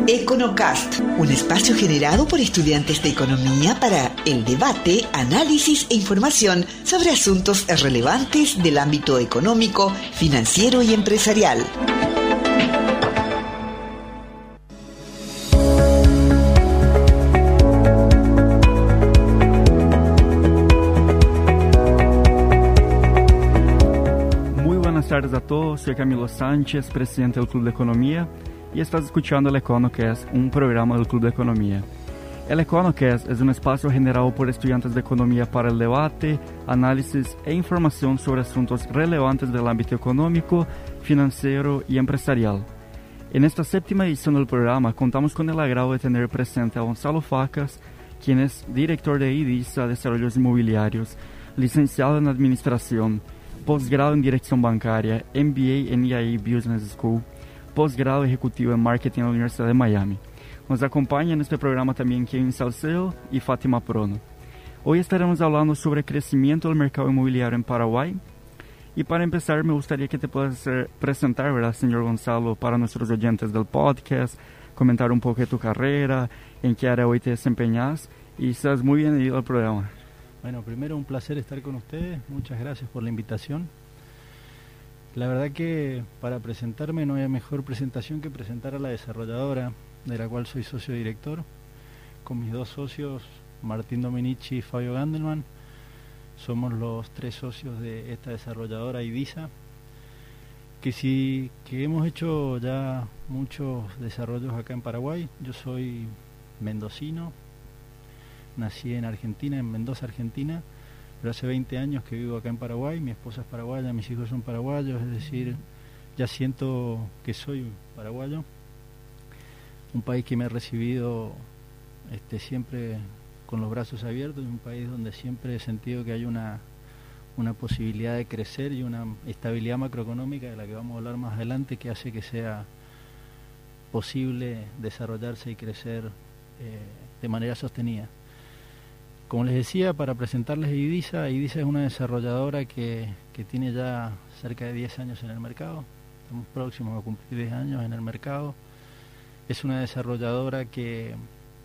Econocast, un espacio generado por estudiantes de economía para el debate, análisis e información sobre asuntos relevantes del ámbito económico, financiero y empresarial. Muy buenas tardes a todos, soy Camilo Sánchez, presidente del Club de Economía, y estás escuchando el Econocast, un programa del Club de Economía. El Econocast es un espacio generado por estudiantes de economía para el debate, análisis e información sobre asuntos relevantes del ámbito económico, financiero y empresarial. En esta séptima edición del programa contamos con el agrado de tener presente a Gonzalo Facas, quien es director de IDISA Desarrollos Inmobiliarios, licenciado en Administración, posgrado en Dirección Bancaria, MBA en IAI Business School, posgrado ejecutivo en Marketing en la Universidad de Miami. Nos acompaña en este programa también Kevin Salcedo y Fátima Prono. Hoy estaremos hablando sobre el crecimiento del mercado inmobiliario en Paraguay. Y para empezar, me gustaría que te puedas presentar, ¿verdad, señor Gonzalo, para nuestros oyentes del podcast, comentar un poco de tu carrera, en qué área hoy te desempeñas, y seas muy bienvenido al programa. Bueno, primero un placer estar con ustedes, muchas gracias por la invitación. La verdad que para presentarme no hay mejor presentación que presentar a la desarrolladora, de la cual soy socio director, con mis dos socios, Martín Dominici y Fabio Gandelman. Somos los tres socios de esta desarrolladora IDISA, que hemos hecho ya muchos desarrollos acá en Paraguay. Yo soy mendocino, nací en Argentina, en Mendoza, Argentina, pero hace 20 años que vivo acá en Paraguay. Mi esposa es paraguaya, mis hijos son paraguayos, es decir, ya siento que soy paraguayo. Un país que me ha recibido siempre con los brazos abiertos, un país donde siempre he sentido que hay una posibilidad de crecer y una estabilidad macroeconómica de la que vamos a hablar más adelante, que hace que sea posible desarrollarse y crecer de manera sostenida. Como les decía, para presentarles IDISA es una desarrolladora que tiene ya cerca de 10 años en el mercado. Estamos próximos a cumplir 10 años en el mercado. Es una desarrolladora que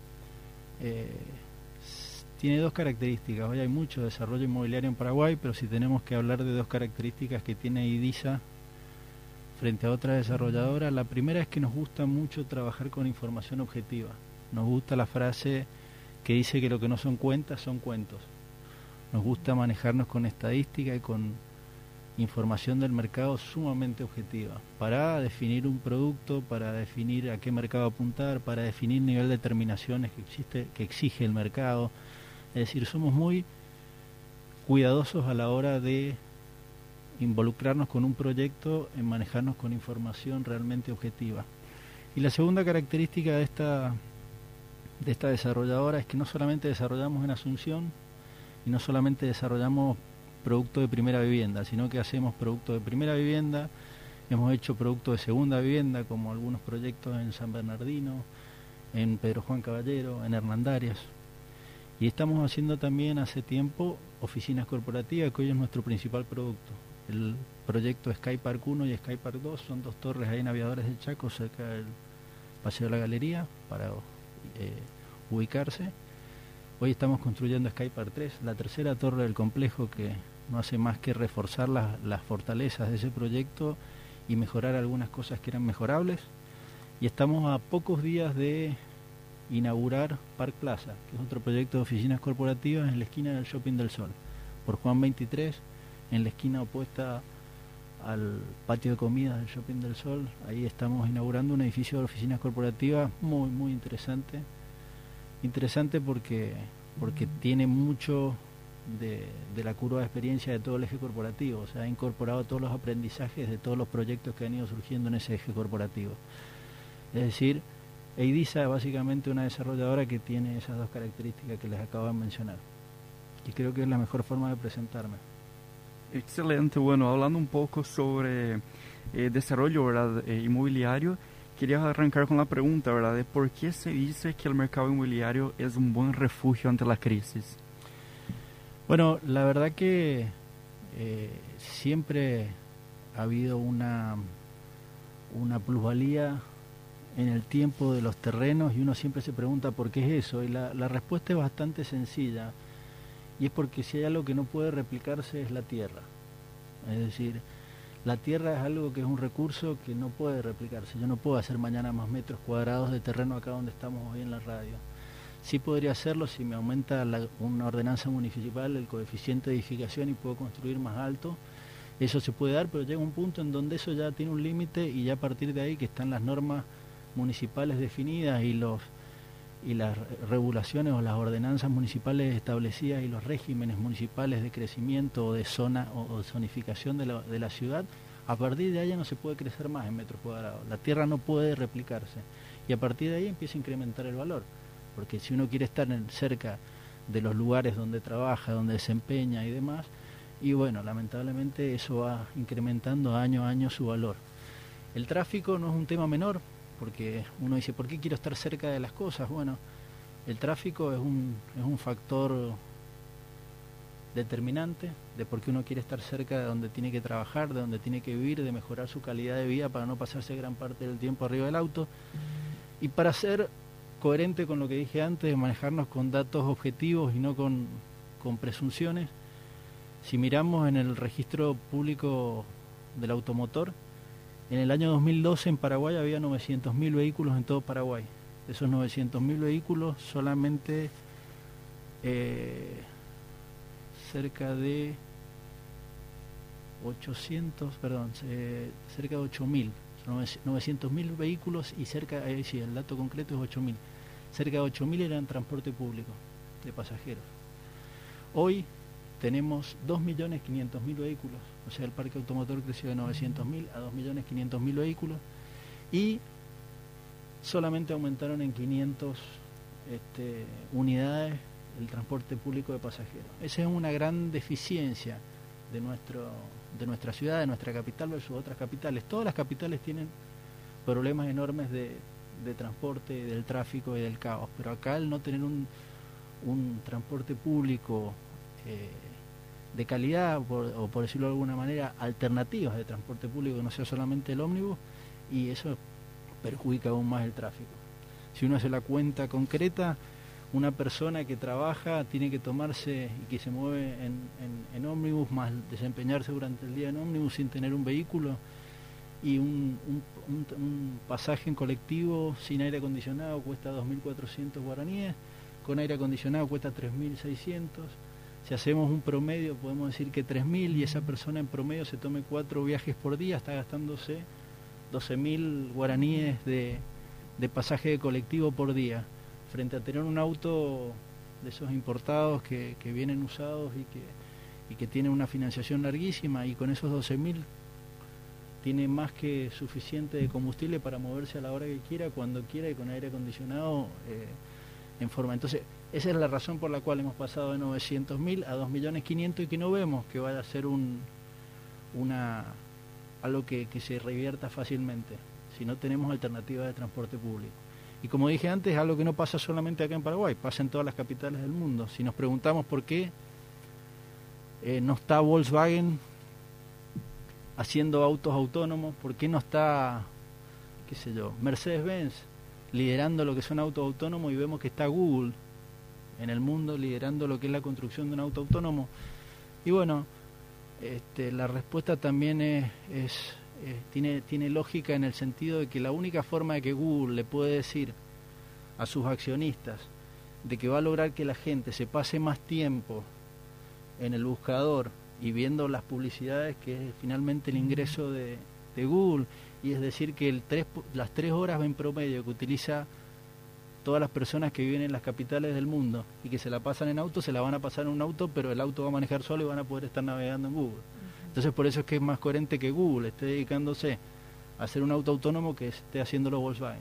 tiene dos características. Hoy hay mucho desarrollo inmobiliario en Paraguay, pero si tenemos que hablar de dos características que tiene IDISA frente a otra desarrolladora, la primera es que nos gusta mucho trabajar con información objetiva. Nos gusta la frase que dice que lo que no son cuentas son cuentos. Nos gusta manejarnos con estadística y con información del mercado sumamente objetiva para definir un producto, para definir a qué mercado apuntar, para definir nivel de terminaciones que exige el mercado. Es decir, somos muy cuidadosos a la hora de involucrarnos con un proyecto en manejarnos con información realmente objetiva. Y la segunda característica de esta desarrolladora es que no solamente desarrollamos en Asunción y no solamente desarrollamos producto de primera vivienda, sino que hacemos producto de primera vivienda, hemos hecho producto de segunda vivienda, como algunos proyectos en San Bernardino, en Pedro Juan Caballero, en Hernandarias, y estamos haciendo también hace tiempo oficinas corporativas, que hoy es nuestro principal producto. El proyecto Sky Park 1 y Sky Park 2 son dos torres ahí en Aviadores del Chaco, cerca del Paseo de la Galería, para ubicarse. Hoy estamos construyendo Sky Park 3, la tercera torre del complejo, que no hace más que reforzar las fortalezas de ese proyecto y mejorar algunas cosas que eran mejorables. Y estamos a pocos días de inaugurar Park Plaza, que es otro proyecto de oficinas corporativas en la esquina del Shopping del Sol, por Juan 23, en la esquina opuesta al patio de comidas del Shopping del Sol. Ahí estamos inaugurando un edificio de oficinas corporativas muy, muy interesante. Interesante porque tiene mucho de la curva de experiencia de todo el eje corporativo. O sea, ha incorporado todos los aprendizajes de todos los proyectos que han ido surgiendo en ese eje corporativo. Es decir, IDISA es básicamente una desarrolladora que tiene esas dos características que les acabo de mencionar. Y creo que es la mejor forma de presentarme. Excelente. Bueno, hablando un poco sobre desarrollo, ¿verdad?, inmobiliario, quería arrancar con la pregunta, ¿verdad?, de por qué se dice que el mercado inmobiliario es un buen refugio ante la crisis. Bueno, la verdad que siempre ha habido una plusvalía en el tiempo de los terrenos, y uno siempre se pregunta por qué es eso, y la respuesta es bastante sencilla, y es porque si hay algo que no puede replicarse es la tierra. Es decir, la tierra es algo que es un recurso que no puede replicarse. Yo no puedo hacer mañana más metros cuadrados de terreno acá donde estamos hoy en la radio. Sí podría hacerlo si me aumenta una ordenanza municipal el coeficiente de edificación y puedo construir más alto. Eso se puede dar, pero llega un punto en donde eso ya tiene un límite, y ya a partir de ahí que están las normas municipales definidas y las regulaciones o las ordenanzas municipales establecidas y los regímenes municipales de crecimiento o de zona o zonificación de la ciudad, a partir de ahí ya no se puede crecer más en metros cuadrados. La tierra no puede replicarse, y a partir de ahí empieza a incrementar el valor, porque si uno quiere estar cerca de los lugares donde trabaja, donde desempeña y demás, y bueno, lamentablemente eso va incrementando año a año su valor. El tráfico no es un tema menor, porque uno dice, ¿por qué quiero estar cerca de las cosas? Bueno, el tráfico es un factor determinante de por qué uno quiere estar cerca de donde tiene que trabajar, de donde tiene que vivir, de mejorar su calidad de vida para no pasarse gran parte del tiempo arriba del auto. Y para ser coherente con lo que dije antes, de manejarnos con datos objetivos y no con presunciones, si miramos en el registro público del automotor, en el año 2012 en Paraguay había 900.000 vehículos en todo Paraguay. De esos 900.000 vehículos, solamente cerca de 8.000, 900.000 vehículos, y sí, el dato concreto es 8.000. Cerca de 8.000 eran transporte público de pasajeros. Hoy tenemos 2.500.000 vehículos, o sea, el parque automotor creció de 900.000 a 2.500.000 vehículos, y solamente aumentaron en 500 unidades el transporte público de pasajeros. Esa es una gran deficiencia de nuestra ciudad, de nuestra capital versus otras capitales. Todas las capitales tienen problemas enormes de transporte, del tráfico y del caos, pero acá el no tener un transporte público de calidad, o por decirlo de alguna manera, alternativas de transporte público que no sea solamente el ómnibus, y eso perjudica aún más el tráfico. Si uno hace la cuenta concreta, una persona que trabaja tiene que tomarse y que se mueve en ómnibus, más desempeñarse durante el día en ómnibus sin tener un vehículo, y un pasaje en colectivo sin aire acondicionado cuesta 2.400 guaraníes, con aire acondicionado cuesta 3.600. Si hacemos un promedio, podemos decir que 3.000, y esa persona en promedio se tome 4 viajes por día, está gastándose 12.000 guaraníes de pasaje de colectivo por día, frente a tener un auto de esos importados que vienen usados y que tienen una financiación larguísima, y con esos 12.000 tiene más que suficiente de combustible para moverse a la hora que quiera, cuando quiera, y con aire acondicionado en forma. Entonces, esa es la razón por la cual hemos pasado de 900.000 a 2.500.000, y que no vemos que vaya a ser algo que se revierta fácilmente si no tenemos alternativas de transporte público. Y como dije antes, es algo que no pasa solamente acá en Paraguay, pasa en todas las capitales del mundo. Si nos preguntamos por qué no está Volkswagen haciendo autos autónomos, por qué no está, qué sé yo, Mercedes-Benz liderando lo que son autos autónomos, y vemos que está Google en el mundo liderando lo que es la construcción de un auto autónomo. Y bueno, la respuesta también tiene lógica, en el sentido de que la única forma de que Google le puede decir a sus accionistas de que va a lograr que la gente se pase más tiempo en el buscador y viendo las publicidades, que es finalmente el ingreso de Google, y es decir que las 3 horas en promedio que utiliza todas las personas que viven en las capitales del mundo y que se la pasan en auto, se la van a pasar en un auto, pero el auto va a manejar solo y van a poder estar navegando en Google. Entonces, por eso es que es más coherente que Google esté dedicándose a hacer un auto autónomo que esté haciéndolo Volkswagen.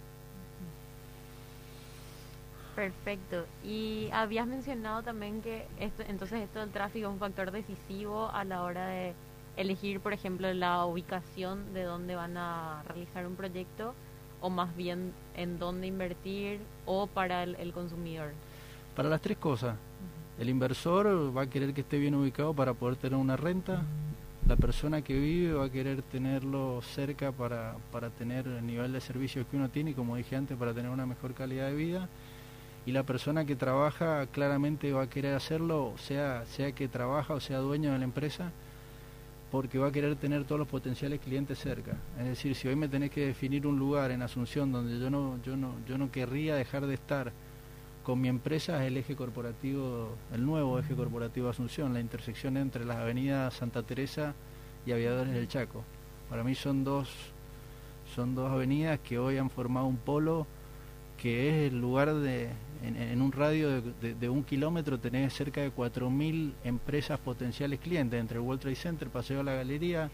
Perfecto. Y habías mencionado también que esto del tráfico es un factor decisivo a la hora de elegir, por ejemplo, la ubicación de dónde van a realizar un proyecto, o más bien en dónde invertir, o para el consumidor. Para las 3 cosas. El inversor va a querer que esté bien ubicado para poder tener una renta. la persona que vive va a querer tenerlo cerca para tener el nivel de servicios que uno tiene y, como dije antes, para tener una mejor calidad de vida. Y la persona que trabaja claramente va a querer hacerlo, sea que trabaja o sea dueño de la empresa, porque va a querer tener todos los potenciales clientes cerca. Es decir, si hoy me tenés que definir un lugar en Asunción donde yo no querría dejar de estar con mi empresa, es el eje corporativo, el nuevo eje corporativo de Asunción, la intersección entre las avenidas Santa Teresa y Aviadores del Chaco. Para mí son dos avenidas que hoy han formado un polo que es el lugar en un radio de 1 kilómetro tenés cerca de 4.000 empresas potenciales clientes, entre el World Trade Center, Paseo de la Galería,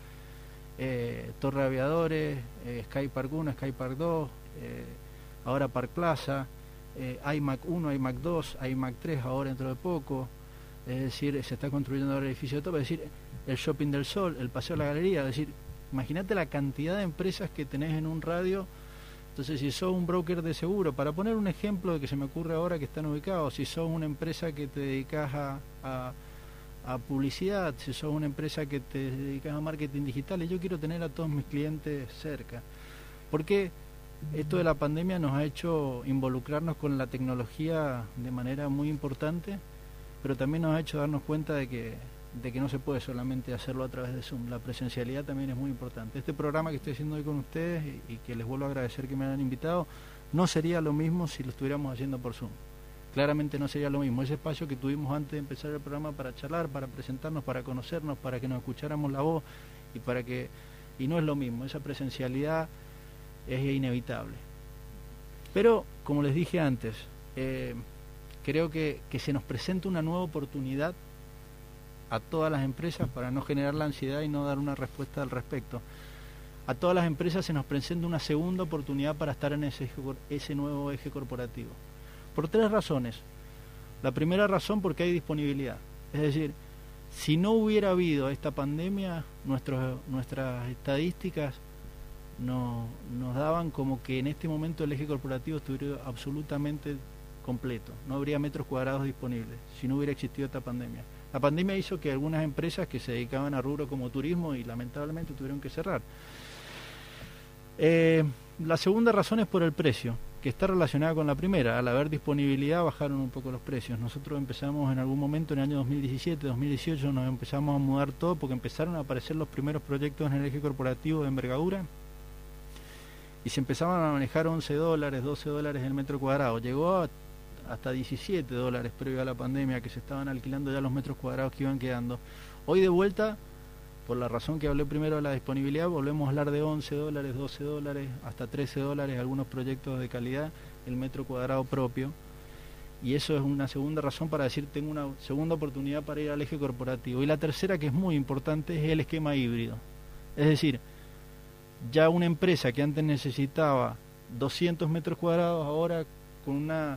Torre Aviadores, Sky Park 1, Sky Park 2, ahora Park Plaza, iMac 1, iMac 2, iMac 3 ahora dentro de poco. Es decir, se está construyendo ahora el edificio de top, es decir, el Shopping del Sol, el Paseo de la Galería. Es decir, imagínate la cantidad de empresas que tenés en un radio. Entonces, si sos un broker de seguro, para poner un ejemplo de que se me ocurre ahora que están ubicados, si sos una empresa que te dedicas a publicidad, si sos una empresa que te dedicas a marketing digital, y yo quiero tener a todos mis clientes cerca. Porque esto de la pandemia nos ha hecho involucrarnos con la tecnología de manera muy importante, pero también nos ha hecho darnos cuenta de que no se puede solamente hacerlo a través de Zoom. La presencialidad también es muy importante. Este programa que estoy haciendo hoy con ustedes, y que les vuelvo a agradecer que me hayan invitado, no sería lo mismo si lo estuviéramos haciendo por Zoom. Claramente no sería lo mismo. Ese espacio que tuvimos antes de empezar el programa para charlar, para presentarnos, para conocernos, para que nos escucháramos la voz, y no es lo mismo. Esa presencialidad es inevitable. Pero, como les dije antes, creo que se nos presenta una nueva oportunidad a todas las empresas, para no generar la ansiedad y no dar una respuesta al respecto. A todas las empresas se nos presenta una segunda oportunidad para estar en ese nuevo eje corporativo. Por 3 razones. La primera razón, porque hay disponibilidad. Es decir, si no hubiera habido esta pandemia, nuestras estadísticas nos daban como que en este momento el eje corporativo estuviera absolutamente completo. No habría metros cuadrados disponibles si no hubiera existido esta pandemia. La pandemia hizo que algunas empresas que se dedicaban a rubro como turismo y lamentablemente tuvieron que cerrar. La segunda razón es por el precio, que está relacionada con la primera. Al haber disponibilidad bajaron un poco los precios. Nosotros empezamos en algún momento en el año 2017, 2018, nos empezamos a mudar todo porque empezaron a aparecer los primeros proyectos en el eje corporativo de envergadura y se empezaban a manejar $11, $12 el metro cuadrado. Llegó hasta $17 previo a la pandemia, que se estaban alquilando ya los metros cuadrados que iban quedando. Hoy de vuelta, por la razón que hablé primero de la disponibilidad, volvemos a hablar de $11, $12, hasta $13, algunos proyectos de calidad, el metro cuadrado propio. Y eso es una segunda razón para decir, tengo una segunda oportunidad para ir al eje corporativo. Y la tercera, que es muy importante, es el esquema híbrido. Es decir, ya una empresa que antes necesitaba 200 metros cuadrados, ahora con una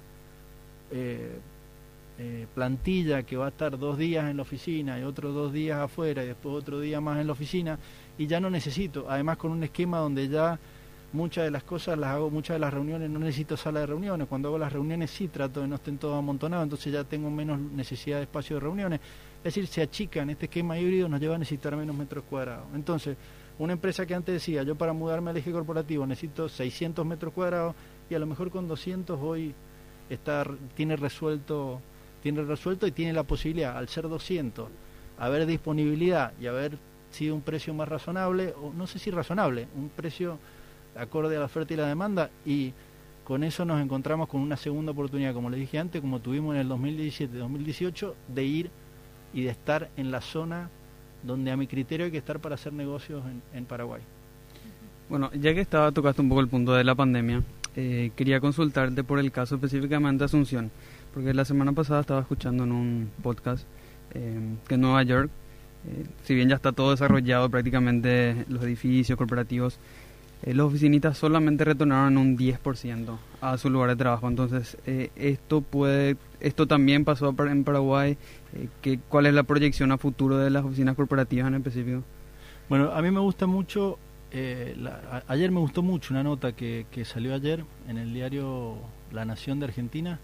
plantilla que va a estar 2 días en la oficina y otros 2 días afuera y después otro día más en la oficina, y ya no necesito, además con un esquema donde ya muchas de las cosas las hago, muchas de las reuniones no necesito sala de reuniones, cuando hago las reuniones sí trato de no estén todos amontonados, entonces ya tengo menos necesidad de espacio de reuniones, es decir, se achican. Este esquema híbrido nos lleva a necesitar menos metros cuadrados. Entonces, una empresa que antes decía, yo para mudarme al eje corporativo necesito 600 metros cuadrados, y a lo mejor con 200 hoy tiene resuelto y tiene la posibilidad, al ser 200, haber disponibilidad y haber sido un precio más razonable, o no sé si razonable, un precio acorde a la oferta y la demanda, y con eso nos encontramos con una segunda oportunidad, como les dije antes, como tuvimos en el 2017-2018, de ir y de estar en la zona donde a mi criterio hay que estar para hacer negocios en Paraguay. Bueno, ya que tocaste un poco el punto de la pandemia, quería consultarte por el caso específicamente de Asunción, porque la semana pasada estaba escuchando en un podcast que en Nueva York, si bien ya está todo desarrollado prácticamente, los edificios corporativos, los oficinistas solamente retornaron un 10% a su lugar de trabajo. Entonces, esto también pasó en Paraguay. ¿Cuál es la proyección a futuro de las oficinas corporativas en específico? Bueno, a mí me gusta mucho, ayer me gustó mucho una nota que salió ayer en el diario La Nación de Argentina,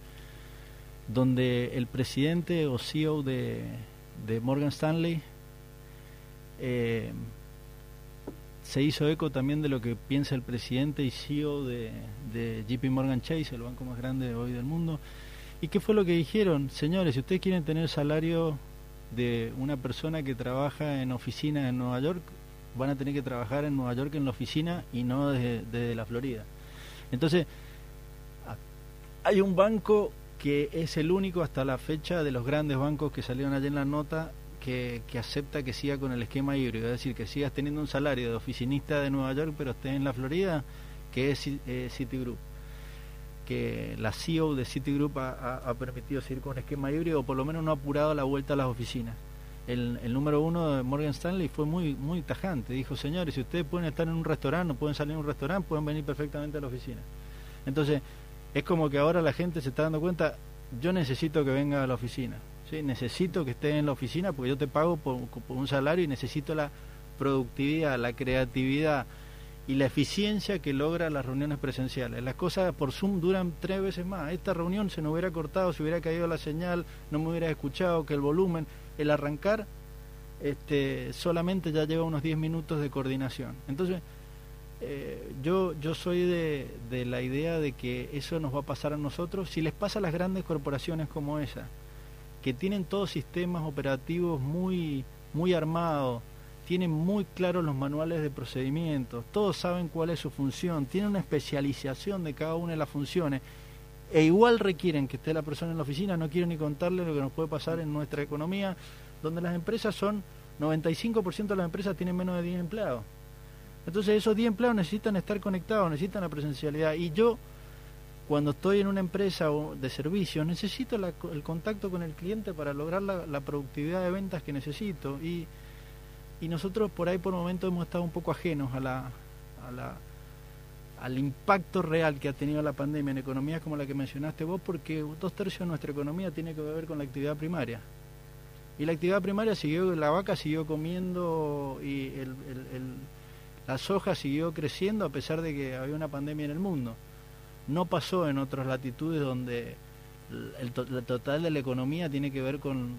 donde el presidente o CEO de Morgan Stanley se hizo eco también de lo que piensa el presidente y CEO de JP Morgan Chase, el banco más grande hoy del mundo. ¿Y qué fue lo que dijeron? Señores, si ustedes quieren tener el salario de una persona que trabaja en oficina en Nueva York, van a tener que trabajar en Nueva York en la oficina y no desde la Florida. Entonces, hay un banco que es el único hasta la fecha de los grandes bancos que salieron allí en la nota que acepta que siga con el esquema híbrido, es decir, que sigas teniendo un salario de oficinista de Nueva York pero estés en la Florida, que es Citigroup. Que la CEO de Citigroup ha permitido seguir con un esquema híbrido, o por lo menos no ha apurado la vuelta a las oficinas. El número uno de Morgan Stanley fue muy tajante, dijo: señores, si ustedes pueden estar en un restaurante, no pueden salir en un restaurante, pueden venir perfectamente a la oficina. Entonces, es como que ahora la gente se está dando cuenta: yo necesito que venga a la oficina, ¿sí? Necesito que esté en la oficina porque yo te pago por un salario y necesito la productividad, la creatividad y la eficiencia que logra las reuniones presenciales. Las cosas por Zoom duran 3 veces más. Esta reunión se nos hubiera cortado, se hubiera caído la señal, no me hubieras escuchado, que el volumen, el arrancar, solamente ya lleva unos 10 minutos de coordinación. Entonces, yo soy de la idea de que eso nos va a pasar a nosotros. Si les pasa a las grandes corporaciones como esa, que tienen todos sistemas operativos muy armados, tienen muy claros los manuales de procedimientos, todos saben cuál es su función, tienen una especialización de cada una de las funciones, e igual requieren que esté la persona en la oficina. No quiero ni contarles lo que nos puede pasar en nuestra economía, donde las empresas 95% de las empresas tienen menos de 10 empleados. Entonces esos 10 empleados necesitan estar conectados, necesitan la presencialidad. Y yo, cuando estoy en una empresa de servicios, necesito el contacto con el cliente para lograr la productividad de ventas que necesito. Y nosotros por ahí por momentos hemos estado un poco ajenos al impacto real que ha tenido la pandemia en economías como la que mencionaste vos, porque 2/3 de nuestra economía tiene que ver con la actividad primaria. Y la actividad primaria la vaca siguió comiendo y la soja siguió creciendo a pesar de que había una pandemia en el mundo. No pasó en otras latitudes donde el total de la economía tiene que ver con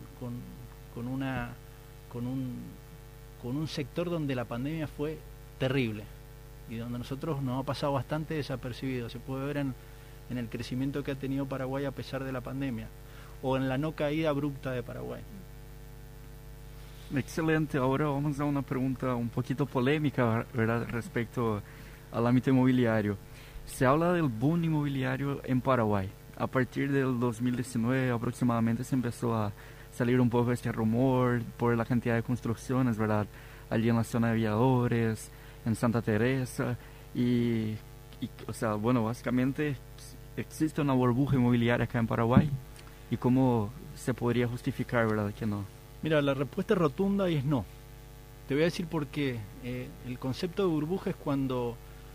un sector donde la pandemia fue terrible y donde nosotros nos ha pasado bastante desapercibido. Se puede ver en el crecimiento que ha tenido Paraguay a pesar de la pandemia, o en la no caída abrupta de Paraguay. Excelente. Ahora vamos a una pregunta un poquito polémica, ¿verdad?, respecto al ámbito inmobiliario. Se habla del boom inmobiliario en Paraguay. A partir del 2019 aproximadamente se empezó a salir un poco este rumor por la cantidad de construcciones, ¿verdad?, allí en la zona de Villadores, en Santa Teresa, y o sea, bueno, básicamente existe una burbuja inmobiliaria acá en Paraguay. ¿Y cómo se podría justificar, verdad, que no? Mira, la respuesta es rotunda y es no. Te voy a decir por qué. El concepto de burbuja es cuando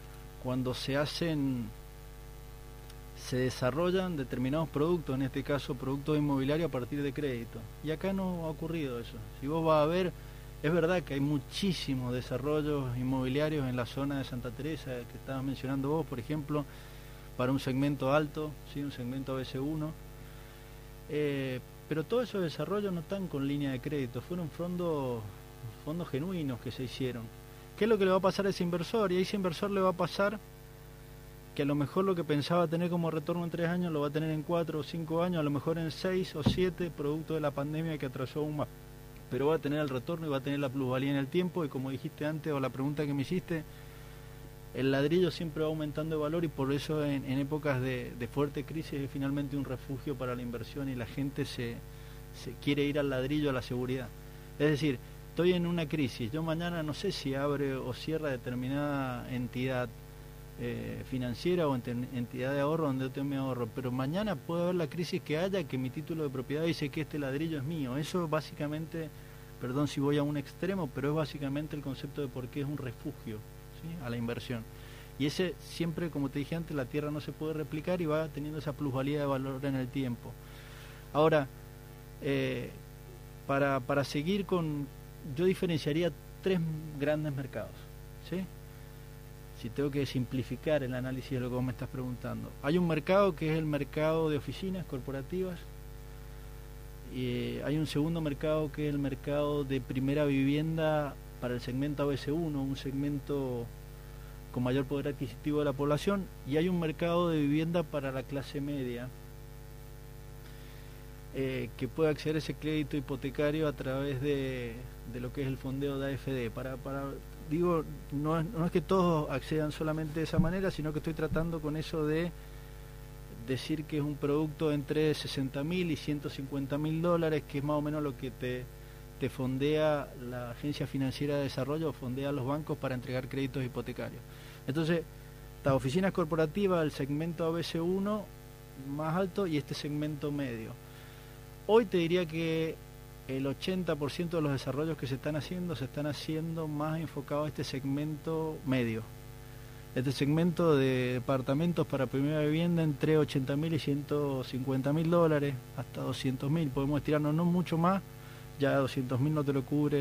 se desarrollan determinados productos, en este caso productos inmobiliarios a partir de crédito. Y acá no ha ocurrido eso. Si vos vas a ver, es verdad que hay muchísimos desarrollos inmobiliarios en la zona de Santa Teresa, que estabas mencionando vos, por ejemplo, para un segmento alto, ¿sí?, un segmento BC1. Pero todos esos desarrollos no están con línea de crédito, fueron fondos genuinos que se hicieron. ¿Qué es lo que le va a pasar a ese inversor? Y a ese inversor le va a pasar que a lo mejor lo que pensaba tener como retorno en 3 años lo va a tener en 4 o 5 años, a lo mejor en 6 o 7, producto de la pandemia que atrasó aún más. Pero va a tener el retorno y va a tener la plusvalía en el tiempo, y como dijiste antes, o la pregunta que me hiciste, el ladrillo siempre va aumentando de valor, y por eso en épocas de fuerte crisis es finalmente un refugio para la inversión, y la gente se quiere ir al ladrillo, a la seguridad. Es decir, estoy en una crisis, yo mañana no sé si abre o cierra determinada entidad financiera o entidad de ahorro donde yo tengo mi ahorro, pero mañana puede haber la crisis que haya, que mi título de propiedad dice que este ladrillo es mío. Eso básicamente, perdón si voy a un extremo, pero es básicamente el concepto de por qué es un refugio, ¿sí?, a la inversión. Y ese siempre, como te dije antes, la tierra no se puede replicar y va teniendo esa plusvalía de valor en el tiempo. Ahora, para seguir yo diferenciaría 3 grandes mercados, ¿sí? Si tengo que simplificar el análisis de lo que vos me estás preguntando. Hay un mercado que es el mercado de oficinas corporativas, y hay un segundo mercado que es el mercado de primera vivienda para el segmento ABC1, un segmento con mayor poder adquisitivo de la población, y hay un mercado de vivienda para la clase media, que puede acceder a ese crédito hipotecario a través de lo que es el fondeo de AFD. Digo, no es que todos accedan solamente de esa manera, sino que estoy tratando con eso de decir que es un producto entre 60.000 y 150.000 dólares, que es más o menos lo que te fondea la Agencia Financiera de Desarrollo, o fondea a los bancos para entregar créditos hipotecarios. Entonces, las oficinas corporativas, el segmento ABC1 más alto y este segmento medio. Hoy te diría que el 80% de los desarrollos que se están haciendo más enfocados a este segmento medio. Este segmento de departamentos para primera vivienda entre 80.000 y 150.000 dólares, hasta 200.000. Podemos estirarnos no mucho más, ya 200.000 no te lo cubre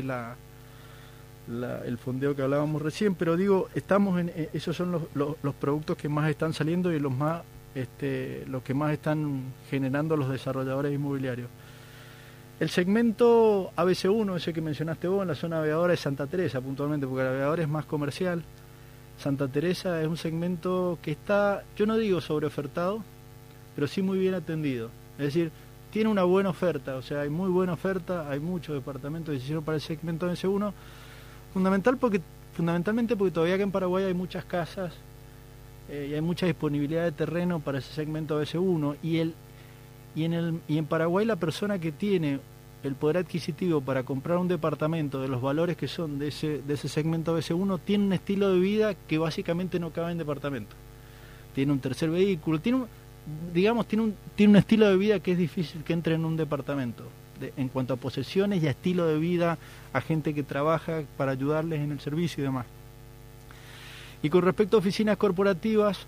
el fondeo que hablábamos recién, pero digo, estamos esos son los productos que más están saliendo y los que más están generando los desarrolladores inmobiliarios. El segmento ABC1, ese que mencionaste vos, en la zona aviadora, es Santa Teresa puntualmente, porque el aviador es más comercial. Santa Teresa es un segmento que está, yo no digo sobreofertado, pero sí muy bien atendido. Es decir, tiene una buena oferta, o sea, hay muy buena oferta, hay muchos departamentos que se hicieron para el segmento ABC1, fundamentalmente porque todavía acá en Paraguay hay muchas casas y hay mucha disponibilidad de terreno para ese segmento ABC1, y en Paraguay la persona que tiene el poder adquisitivo para comprar un departamento de los valores que son de ese segmento ABC1 tiene un estilo de vida que básicamente no cabe en departamento. Tiene un tercer vehículo, tiene un estilo de vida que es difícil que entre en un departamento, en cuanto a posesiones y a estilo de vida, a gente que trabaja para ayudarles en el servicio y demás. Y con respecto a oficinas corporativas,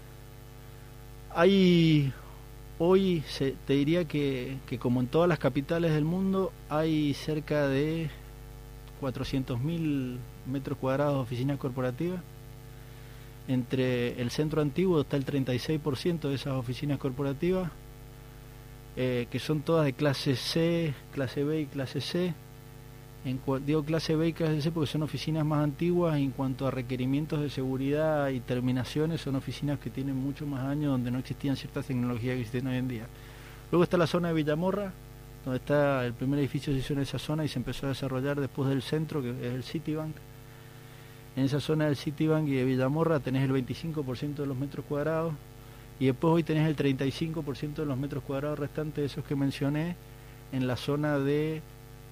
hoy te diría que como en todas las capitales del mundo, hay cerca de 400.000 metros cuadrados de oficinas corporativas. Entre el centro antiguo está el 36% de esas oficinas corporativas, que son todas de clase C, clase B y clase C. Digo clase B y clase C porque son oficinas más antiguas, y en cuanto a requerimientos de seguridad y terminaciones son oficinas que tienen mucho más años, donde no existían ciertas tecnologías que existen hoy en día. Luego está la zona de Villamorra, donde está el primer edificio que se hizo en esa zona y se empezó a desarrollar después del centro, que es el Citibank. En esa zona del Citibank y de Villamorra tenés el 25% de los metros cuadrados, y después hoy tenés el 35% de los metros cuadrados restantes de esos que mencioné en la zona de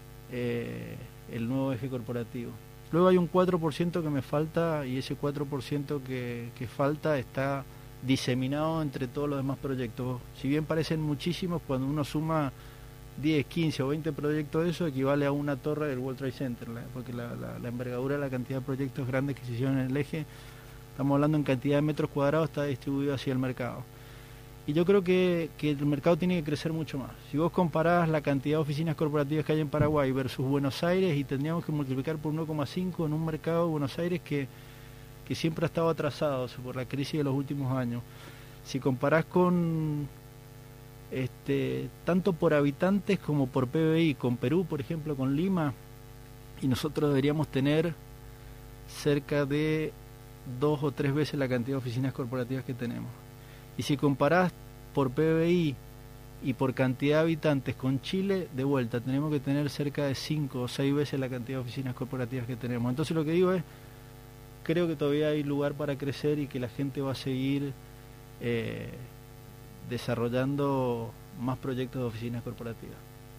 el nuevo eje corporativo. Luego hay un 4% que me falta, y ese 4% que falta está diseminado entre todos los demás proyectos. Si bien parecen muchísimos, cuando uno suma 10, 15 o 20 proyectos de eso, equivale a una torre del World Trade Center, porque la envergadura de la cantidad de proyectos grandes que se hicieron en el eje, estamos hablando en cantidad de metros cuadrados, está distribuido hacia el mercado. Y yo creo que el mercado tiene que crecer mucho más. Si vos comparás la cantidad de oficinas corporativas que hay en Paraguay versus Buenos Aires, y tendríamos que multiplicar por 1,5 en un mercado de Buenos Aires que siempre ha estado atrasado por la crisis de los últimos años. Si comparás con tanto por habitantes como por PBI, con Perú, por ejemplo, con Lima, y nosotros deberíamos tener cerca de 2 o 3 veces la cantidad de oficinas corporativas que tenemos. Y si comparás por PBI y por cantidad de habitantes con Chile, de vuelta, tenemos que tener cerca de 5 o 6 veces la cantidad de oficinas corporativas que tenemos. Entonces lo que digo es, creo que todavía hay lugar para crecer y que la gente va a seguir desarrollando más proyectos de oficinas corporativas.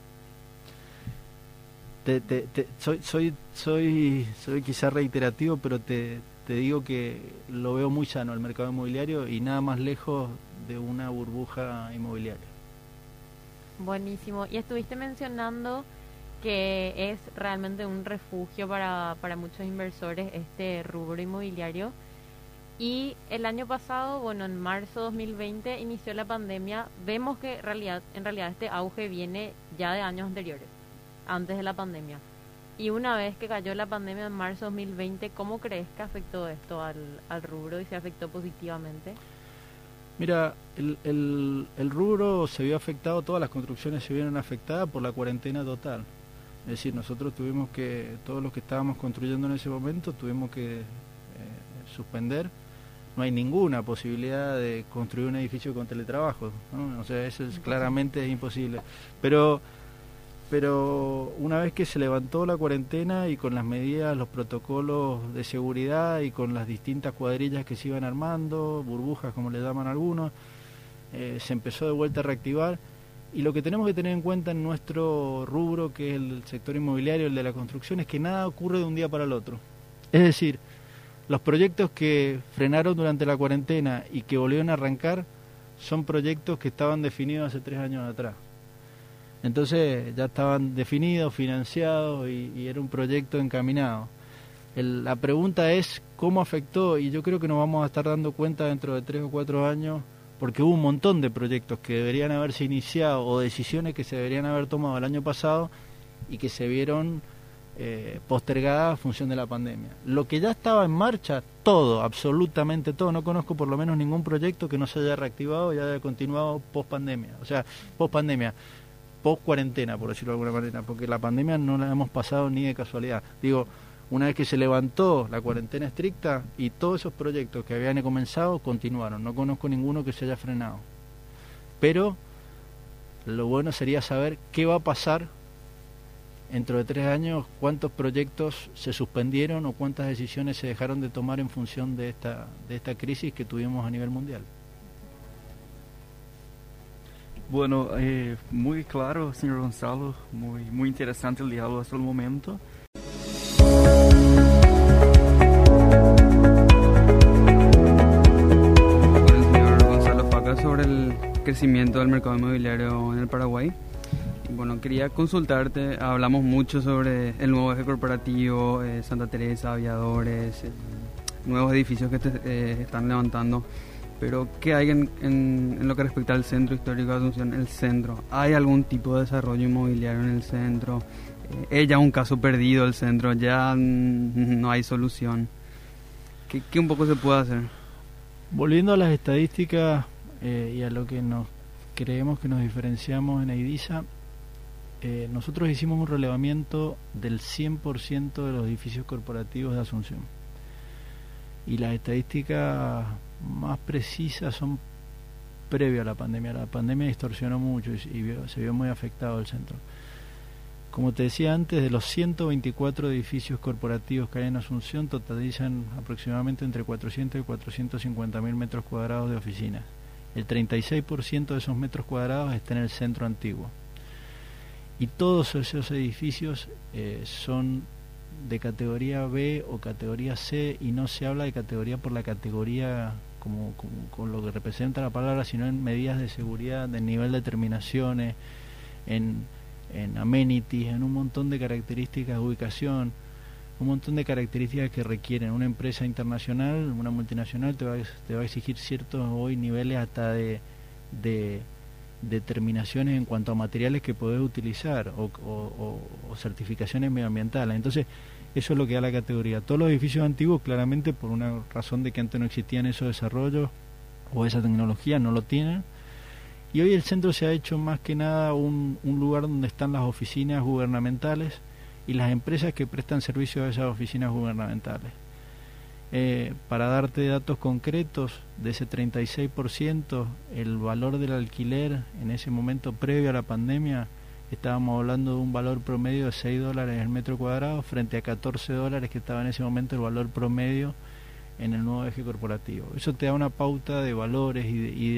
Soy quizás reiterativo, pero te digo que lo veo muy sano el mercado inmobiliario y nada más lejos de una burbuja inmobiliaria. Buenísimo. Y estuviste mencionando que es realmente un refugio para muchos inversores este rubro inmobiliario. Y el año pasado, bueno, en marzo de 2020 inició la pandemia. Vemos que en realidad este auge viene ya de años anteriores, antes de la pandemia. Y una vez que cayó la pandemia en marzo de 2020, ¿cómo crees que afectó esto al rubro y se afectó positivamente? Mira, el rubro se vio afectado, todas las construcciones se vieron afectadas por la cuarentena total. Es decir, nosotros tuvimos que, todos los que estábamos construyendo en ese momento, tuvimos que suspender. No hay ninguna posibilidad de construir un edificio con teletrabajo, ¿no? O sea, eso claramente es imposible. Pero una vez que se levantó la cuarentena y con las medidas, los protocolos de seguridad y con las distintas cuadrillas que se iban armando, burbujas como le llaman algunos, se empezó de vuelta a reactivar. Y lo que tenemos que tener en cuenta en nuestro rubro, que es el sector inmobiliario, el de la construcción, es que nada ocurre de un día para el otro. Es decir, los proyectos que frenaron durante la cuarentena y que volvieron a arrancar son proyectos que estaban definidos hace 3 años atrás. Entonces ya estaban definidos, financiados y era un proyecto encaminado. La pregunta es cómo afectó, y yo creo que nos vamos a estar dando cuenta dentro de 3 o 4 años, porque hubo un montón de proyectos que deberían haberse iniciado o decisiones que se deberían haber tomado el año pasado y que se vieron postergadas a función de la pandemia. Lo que ya estaba en marcha, todo, absolutamente todo, no conozco por lo menos ningún proyecto que no se haya reactivado y haya continuado post-pandemia, o sea, post-pandemia, post-cuarentena, por decirlo de alguna manera, porque la pandemia no la hemos pasado ni de casualidad. Digo, una vez que se levantó la cuarentena estricta y todos esos proyectos que habían comenzado continuaron, no conozco ninguno que se haya frenado. Pero lo bueno sería saber qué va a pasar dentro de 3 años, cuántos proyectos se suspendieron o cuántas decisiones se dejaron de tomar en función de esta crisis que tuvimos a nivel mundial. Bueno, muy claro, señor Gonzalo, muy interesante el diálogo hasta el momento. Con el señor Gonzalo Faca sobre el crecimiento del mercado inmobiliario en el Paraguay. Bueno, quería consultarte, hablamos mucho sobre el nuevo eje corporativo, Santa Teresa, Aviadores, nuevos edificios que están levantando, pero ¿qué hay en lo que respecta al centro histórico de Asunción, el centro? ¿Hay algún tipo de desarrollo inmobiliario en el centro? ¿Es ya un caso perdido el centro? ¿Ya no hay solución? ¿Qué un poco se puede hacer? Volviendo a las estadísticas y a lo que creemos que nos diferenciamos en Aidiza, nosotros hicimos un relevamiento del 100% de los edificios corporativos de Asunción. Y las estadísticas más precisas son previo a la pandemia. La pandemia distorsionó mucho y se vio muy afectado el centro. Como te decía antes, de los 124 edificios corporativos que hay en Asunción, totalizan aproximadamente entre 400 y 450 mil metros cuadrados de oficinas. El 36% de esos metros cuadrados está en el centro antiguo. Y todos esos edificios son de categoría B o categoría C, y no se habla de categoría por la categoría como con lo que representa la palabra, sino en medidas de seguridad, en nivel de terminaciones, en amenities, en un montón de características de ubicación, un montón de características que requieren. Una empresa internacional, una multinacional, te va a exigir ciertos hoy niveles hasta de determinaciones en cuanto a materiales que podés utilizar o certificaciones medioambientales. Entonces eso es lo que da la categoría. Todos los edificios antiguos, claramente por una razón de que antes no existían esos desarrollos o esa tecnología, no lo tienen, y hoy el centro se ha hecho más que nada un lugar donde están las oficinas gubernamentales y las empresas que prestan servicio a esas oficinas gubernamentales. Para darte datos concretos, de ese 36%, el valor del alquiler en ese momento previo a la pandemia, estábamos hablando de un valor promedio de $6 el metro cuadrado frente a $14 que estaba en ese momento el valor promedio en el nuevo eje corporativo. Eso te da una pauta de valores y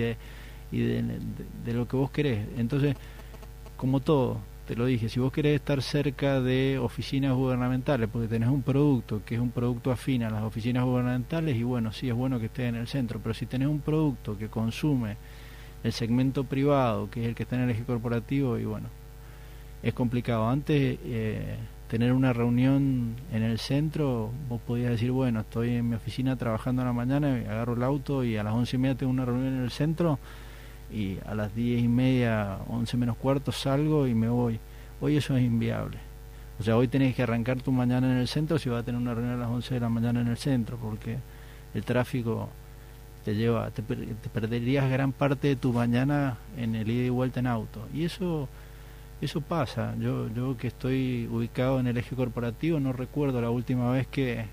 de lo que vos querés. Entonces, como todo, te lo dije, si vos querés estar cerca de oficinas gubernamentales porque tenés un producto que es un producto afín a las oficinas gubernamentales, y bueno, sí es bueno que esté en el centro, pero si tenés un producto que consume el segmento privado, que es el que está en el eje corporativo, y bueno, es complicado. Antes tener una reunión en el centro, vos podías decir, bueno, estoy en mi oficina trabajando a la mañana, agarro el auto y a las 11:30 tengo una reunión en el centro, y a las 10:30, 11 menos cuarto salgo y me voy. Hoy eso es inviable. O sea, hoy tenés que arrancar tu mañana en el centro si vas a tener una reunión a las 11 de la mañana en el centro, porque el tráfico te perderías gran parte de tu mañana en el ida y vuelta en auto. Y eso Eso pasa. Yo que estoy ubicado en el eje corporativo, no recuerdo la última vez que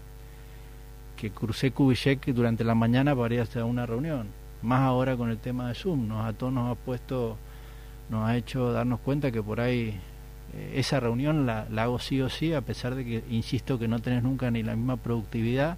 crucé Kubitschek durante la mañana para ir hasta una reunión. Más ahora con el tema de Zoom. A todos nos ha hecho darnos cuenta que por ahí esa reunión la hago sí o sí, a pesar de que insisto que no tenés nunca ni la misma productividad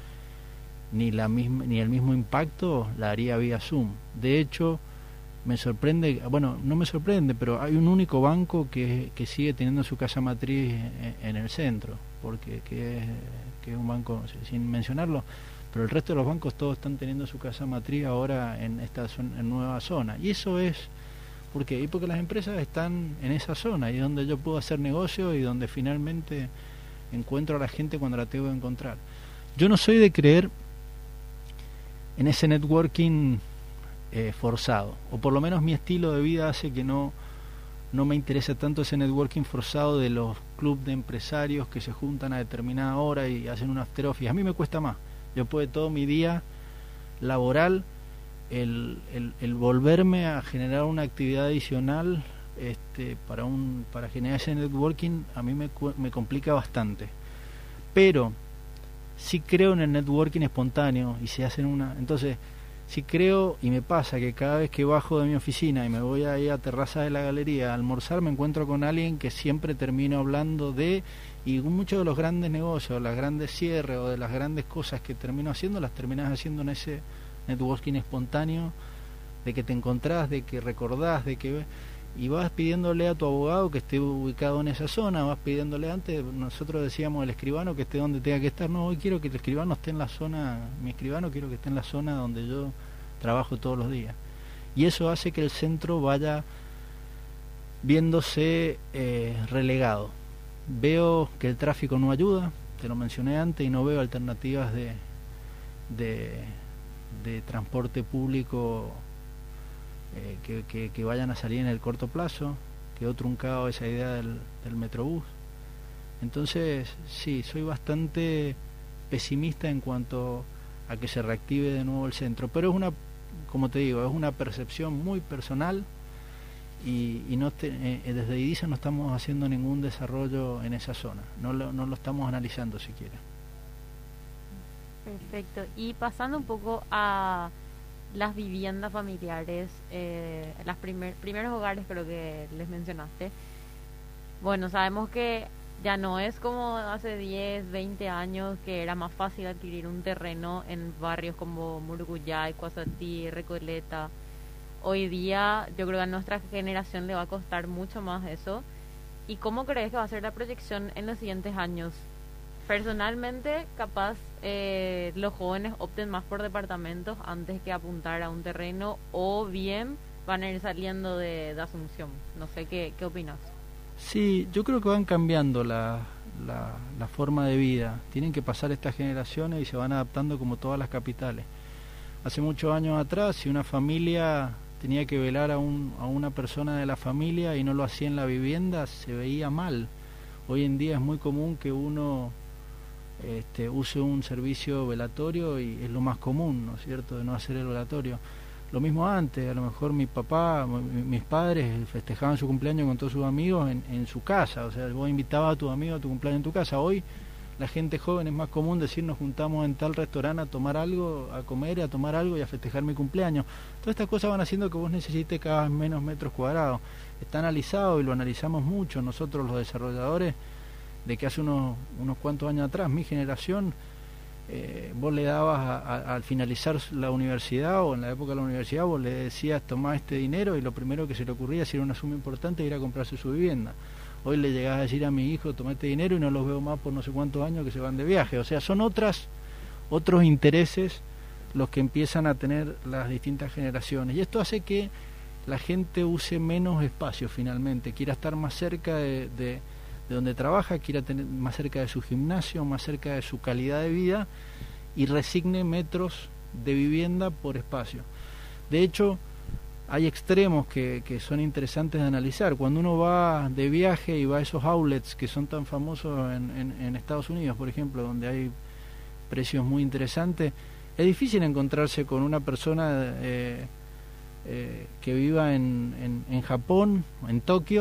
ni el mismo impacto, la haría vía Zoom. De hecho, me sorprende, bueno, no me sorprende, pero hay un único banco que sigue teniendo su casa matriz en el centro, porque que es un banco, sin mencionarlo, pero el resto de los bancos todos están teniendo su casa matriz ahora en esta nueva zona. Y eso es ¿por qué? Y porque las empresas están en esa zona y es donde yo puedo hacer negocio y donde finalmente encuentro a la gente cuando la tengo que encontrar. Yo no soy de creer en ese networking forzado, o por lo menos mi estilo de vida hace que no me interesa tanto ese networking forzado de los clubes de empresarios que se juntan a determinada hora y hacen un after office. A mí me cuesta más. Yo puedo todo mi día laboral el volverme a generar una actividad adicional para generar ese networking, a mí me complica bastante. Pero sí creo en el networking espontáneo y se hacen entonces sí creo, y me pasa que cada vez que bajo de mi oficina y me voy ahí a terraza de la galería a almorzar, me encuentro con alguien que siempre termino hablando y muchos de los grandes negocios, las grandes cierres o de las grandes cosas que termino haciendo, las terminas haciendo en ese networking espontáneo, de que te encontrás, de que recordás, y vas pidiéndole a tu abogado que esté ubicado en esa zona, vas pidiéndole antes, nosotros decíamos el escribano que esté donde tenga que estar, no, hoy quiero que el escribano esté en la zona, mi escribano quiero que esté en la zona donde yo trabajo todos los días, y eso hace que el centro vaya viéndose relegado. Veo que el tráfico no ayuda, te lo mencioné antes, y no veo alternativas de transporte público que vayan a salir en el corto plazo. Quedó truncado esa idea del Metrobús. Entonces sí, soy bastante pesimista en cuanto a que se reactive de nuevo el centro, pero como te digo, es una percepción muy personal y desde IDISA no estamos haciendo ningún desarrollo en esa zona, no lo estamos analizando siquiera. Perfecto. Y pasando un poco a las viviendas familiares, las primeros hogares creo que les mencionaste. Bueno, sabemos que ya no es como hace 10, 20 años que era más fácil adquirir un terreno en barrios como Muruguyay, Cuasatí, Recoleta. Hoy día yo creo que a nuestra generación le va a costar mucho más eso. ¿Y cómo crees que va a ser la proyección en los siguientes años? Personalmente, capaz los jóvenes opten más por departamentos antes que apuntar a un terreno, o bien van a ir saliendo de Asunción. No sé, ¿qué opinas? Sí, yo creo que van cambiando la forma de vida. Tienen que pasar estas generaciones y se van adaptando como todas las capitales. Hace muchos años atrás, si una familia tenía que velar a una persona de la familia y no lo hacía en la vivienda, se veía mal. Hoy en día es muy común que uno use un servicio velatorio y es lo más común, ¿no es cierto?, de no hacer el velatorio. Lo mismo antes, a lo mejor mi papá, mis padres festejaban su cumpleaños con todos sus amigos en su casa, o sea, vos invitabas a tu amigo a tu cumpleaños en tu casa. Hoy la gente joven es más común decir nos juntamos en tal restaurante a tomar algo, a comer, a tomar algo y a festejar mi cumpleaños. Todas estas cosas van haciendo que vos necesites cada vez menos metros cuadrados. Está analizado y lo analizamos mucho nosotros los desarrolladores, de que hace unos cuantos años atrás, mi generación, vos le dabas al finalizar la universidad o en la época de la universidad, vos le decías tomá este dinero y lo primero que se le ocurría, si era una suma importante, era comprarse su vivienda. Hoy le llegás a decir a mi hijo tomá este dinero y no los veo más por no sé cuántos años que se van de viaje. O sea, son otros intereses los que empiezan a tener las distintas generaciones, y esto hace que la gente use menos espacio finalmente, quiera estar más cerca de donde trabaja, quiera tener más cerca de su gimnasio, más cerca de su calidad de vida, y resigne metros de vivienda por espacio. De hecho, hay extremos que son interesantes de analizar. Cuando uno va de viaje y va a esos outlets que son tan famosos en Estados Unidos, por ejemplo, donde hay precios muy interesantes, es difícil encontrarse con una persona que viva en Japón, en Tokio,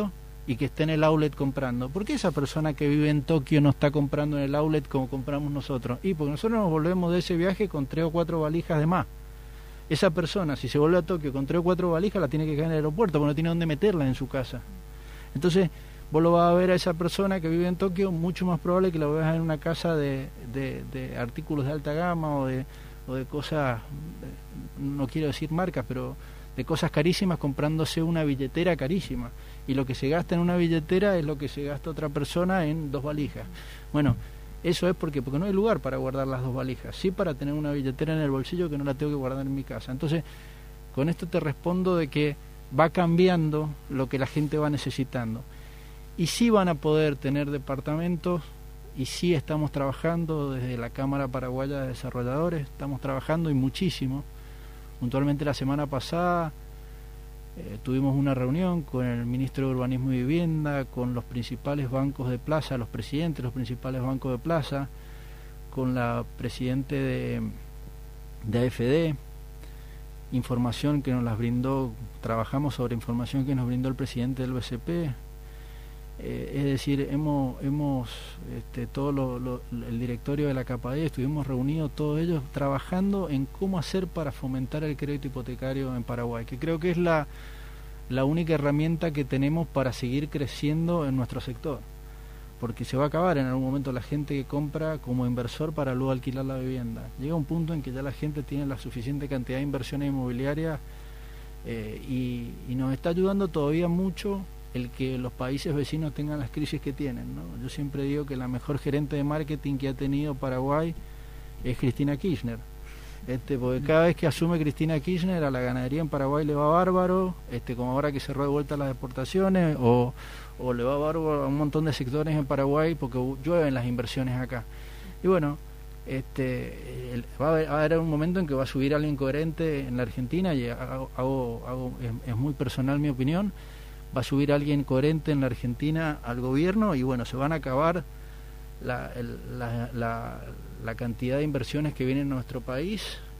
y que esté en el outlet comprando. ¿Por qué esa persona que vive en Tokio no está comprando en el outlet como compramos nosotros? Y porque nosotros nos volvemos de ese viaje con 3 o 4 valijas de más. Esa persona, si se vuelve a Tokio con 3 o 4 valijas, la tiene que dejar en el aeropuerto porque no tiene dónde meterla en su casa. Entonces, vos lo vas a ver a esa persona que vive en Tokio, mucho más probable que la veas en una casa de artículos de alta gama o de cosas, no quiero decir marcas, pero de cosas carísimas, comprándose una billetera carísima. Y lo que se gasta en una billetera es lo que se gasta otra persona en 2 valijas. Bueno, eso es porque no hay lugar para guardar las 2 valijas, sí para tener una billetera en el bolsillo que no la tengo que guardar en mi casa. Entonces, con esto te respondo de que va cambiando lo que la gente va necesitando. Y sí van a poder tener departamentos, y sí estamos trabajando desde la Cámara Paraguaya de Desarrolladores, estamos trabajando y muchísimo. Puntualmente la semana pasada tuvimos una reunión con el ministro de Urbanismo y Vivienda, con los principales bancos de plaza, los presidentes de los principales bancos de plaza, con la presidente de AFD, información que nos las brindó, trabajamos sobre información que nos brindó el presidente del BCP. Es decir, hemos todo el directorio de la CAPADE, estuvimos reunidos todos ellos trabajando en cómo hacer para fomentar el crédito hipotecario en Paraguay, que creo que es la única herramienta que tenemos para seguir creciendo en nuestro sector, porque se va a acabar en algún momento la gente que compra como inversor para luego alquilar la vivienda. Llega un punto en que ya la gente tiene la suficiente cantidad de inversiones inmobiliarias y nos está ayudando todavía mucho el que los países vecinos tengan las crisis que tienen, ¿no? Yo siempre digo que la mejor gerente de marketing que ha tenido Paraguay es Cristina Kirchner, porque cada vez que asume Cristina Kirchner a la ganadería en Paraguay le va bárbaro, como ahora que cerró de vuelta las exportaciones, o le va bárbaro a un montón de sectores en Paraguay porque llueven las inversiones acá. Y bueno, va a haber un momento en que va a subir alguien coherente en la Argentina, y es muy personal mi opinión, va a subir alguien coherente en la Argentina al gobierno, y bueno, se van a acabar la cantidad de inversiones que vienen a nuestro país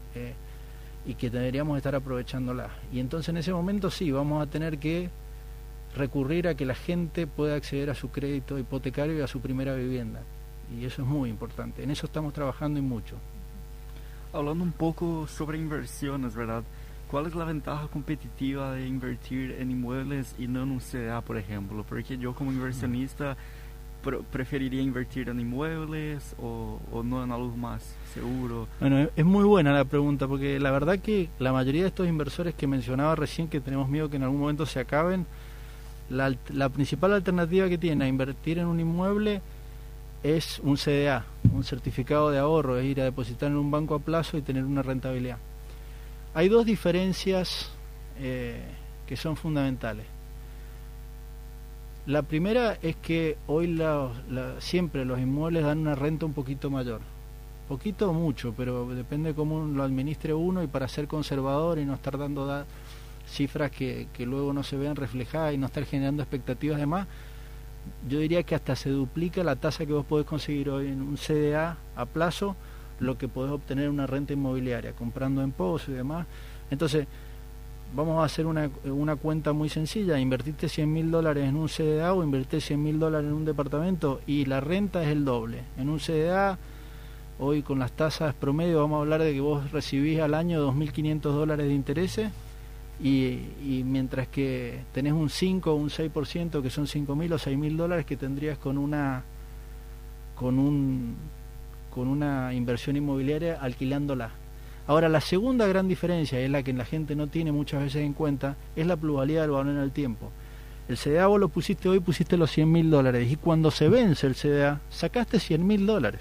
y que deberíamos estar aprovechándolas. Y entonces en ese momento sí, vamos a tener que recurrir a que la gente pueda acceder a su crédito hipotecario y a su primera vivienda. Y eso es muy importante. En eso estamos trabajando y mucho. Hablando un poco sobre inversiones, ¿verdad? ¿Cuál es la ventaja competitiva de invertir en inmuebles y no en un CDA, por ejemplo? Porque yo como inversionista preferiría invertir en inmuebles o no en algo más seguro. Bueno, es muy buena la pregunta, porque la verdad que la mayoría de estos inversores que mencionaba recién, que tenemos miedo que en algún momento se acaben, la principal alternativa que tienen a invertir en un inmueble es un CDA, un certificado de ahorro, es ir a depositar en un banco a plazo y tener una rentabilidad. Hay 2 diferencias que son fundamentales. La primera es que hoy siempre los inmuebles dan una renta un poquito mayor. Poquito o mucho, pero depende de cómo lo administre uno, y para ser conservador y no estar dando cifras que luego no se vean reflejadas y no estar generando expectativas de más, yo diría que hasta se duplica la tasa que vos podés conseguir hoy en un CDA a plazo lo que podés obtener una renta inmobiliaria comprando en pozo y demás. Entonces vamos a hacer una cuenta muy sencilla: invertiste $100.000 en un CDA o invertiste $100.000 en un departamento y la renta es el doble. En un CDA hoy con las tasas promedio vamos a hablar de que vos recibís al año $2.500 de intereses, y mientras que tenés un 5 o un 6%, que son $5.000 o $6.000 que tendrías con una inversión inmobiliaria alquilándola. Ahora, la segunda gran diferencia, es la que la gente no tiene muchas veces en cuenta, es la pluralidad del valor en el tiempo. El CDA vos lo pusiste hoy, pusiste los $100.000, y cuando se vence el CDA sacaste $100.000.